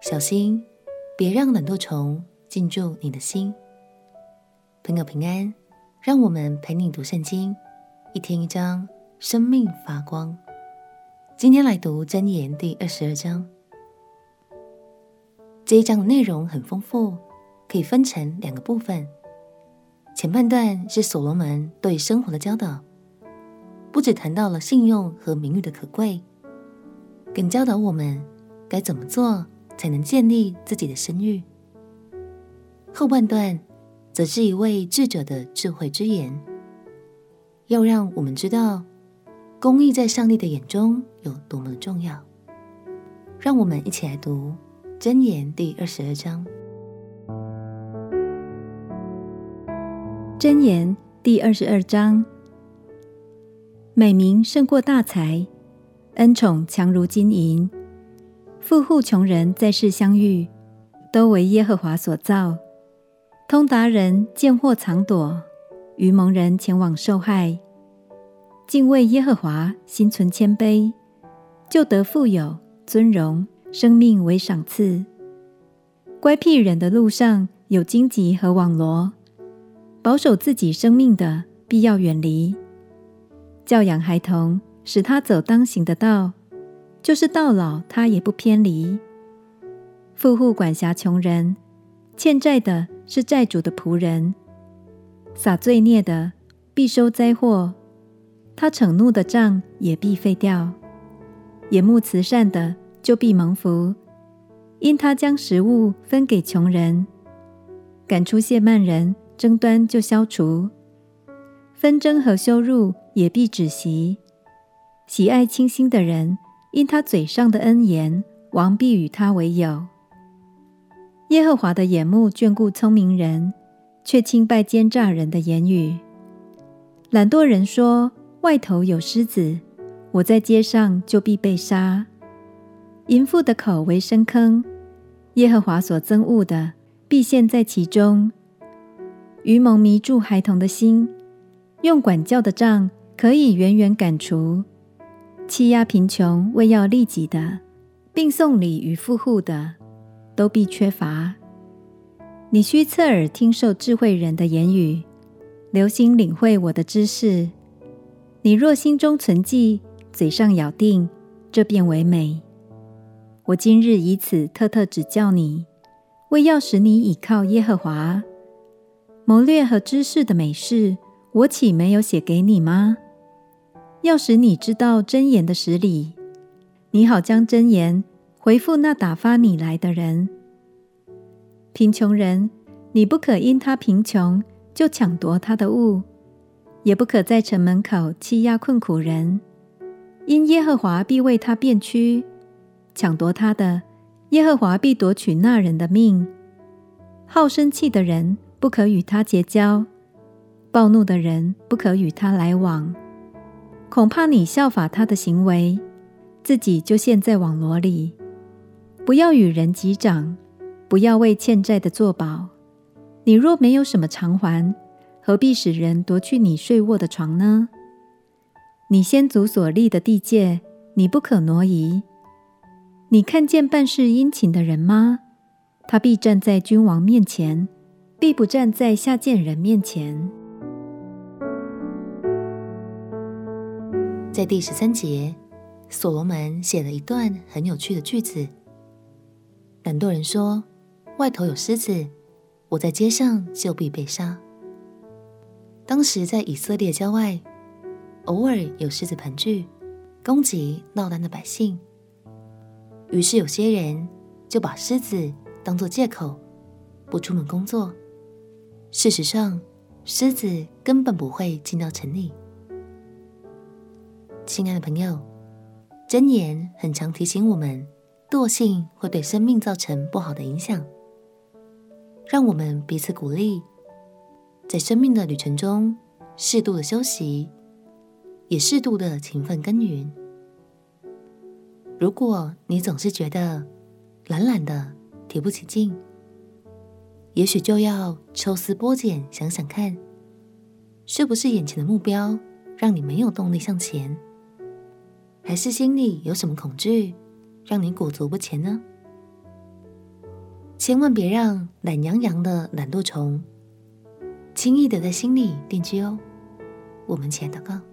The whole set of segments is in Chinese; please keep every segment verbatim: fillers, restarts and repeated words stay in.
小心别让懒惰虫进驻你的心。朋友平安，让我们陪你读圣经，一天一章，生命发光。今天来读箴言第二十二章。这一章的内容很丰富，可以分成两个部分。前半段是所罗门对生活的教导，不只谈到了信用和名誉的可贵，更教导我们该怎么做才能建立自己的声誉。后半段则是一位智者的智慧之言，要让我们知道公义在上帝的眼中有多么的重要。让我们一起来读箴言第二十二章。 箴言第二十二章。美名胜过大财，恩宠强如金银。富户穷人在世相遇，都为耶和华所造。通达人见祸藏躲，愚蒙人前往受害。敬畏耶和华，心存谦卑，就得富有、尊荣、生命为赏赐。乖僻人的路上有荆棘和网罗，保守自己生命的必要远离。教养孩童，使他走当行的道，就是到老他也不偏离。富户管辖穷人，欠债的是债主的仆人。撒罪孽的必收灾祸，他逞怒的杖也必废掉。眼目慈善的就必蒙福，因他将食物分给穷人。赶出亵慢人，争端就消除，纷争和羞辱也必止息。喜爱清心的人，因他嘴上的恩言，王必与他为友。耶和华的眼目眷顾聪明人，却轻拜奸诈人的言语。懒惰人说，外头有狮子，我在街上就必被杀。淫妇的口为深坑，耶和华所憎恶的必陷在其中。愚蒙迷住孩童的心，用管教的杖可以远远赶除。欺压贫穷为要利己的，并送礼与富户的，都必缺乏。你须侧耳听受智慧人的言语，留心领会我的知识。你若心中存记，嘴上咬定，这便为美。我今日以此特特指教你，为要使你倚靠耶和华。谋略和知识的美事，我岂没有写给你吗？要使你知道箴言的实理，你好将箴言回复那打发你来的人。贫穷人，你不可因他贫穷就抢夺他的物，也不可在城门口欺压困苦人，因耶和华必为他辨屈。抢夺他的，耶和华必夺取那人的命。好生气的人不可与他结交，暴怒的人不可与他来往。恐怕你效法他的行为，自己就陷在网罗里。不要与人击掌，不要为欠债的作保。你若没有什么偿还，何必使人夺去你睡卧的床呢？你先祖所立的地界，你不可挪移。你看见办事殷勤的人吗？他必站在君王面前，必不站在下贱人面前。 在第十三节，所罗门写了一段很有趣的句子。懒惰人说，外头有狮子，我在街上就必被杀。当时在以色列郊外，偶尔有狮子盘踞，攻击落单的百姓。于是有些人就把狮子当作借口，不出门工作。事实上，狮子根本不会进到城里。亲爱的朋友，箴言很常提醒我们，惰性会对生命造成不好的影响。让我们彼此鼓励，在生命的旅程中，适度的休息，也适度的勤奋耕耘。如果你总是觉得懒懒的提不起劲，也许就要抽丝剥茧，想想看，是不是眼前的目标让你没有动力向前，还是心里有什么恐惧让你裹足不前呢？ 千万别让懒洋洋的懒惰虫轻易的在心里定居哦。我们起来祷告。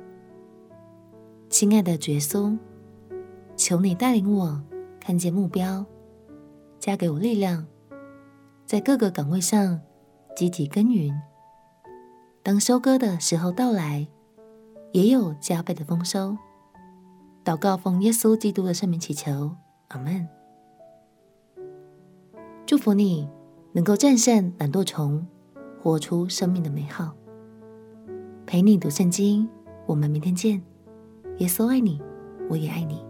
亲爱的主耶稣，求你带领我看见目标，加给我力量，在各个岗位上积极耕耘，当收割的时候到来，也有加倍的丰收。祷告奉耶稣基督的圣名祈求，阿们。祝福你能够战胜懒惰虫，活出生命的美好。陪你读圣经，我们明天见。耶稣爱你，我也爱你。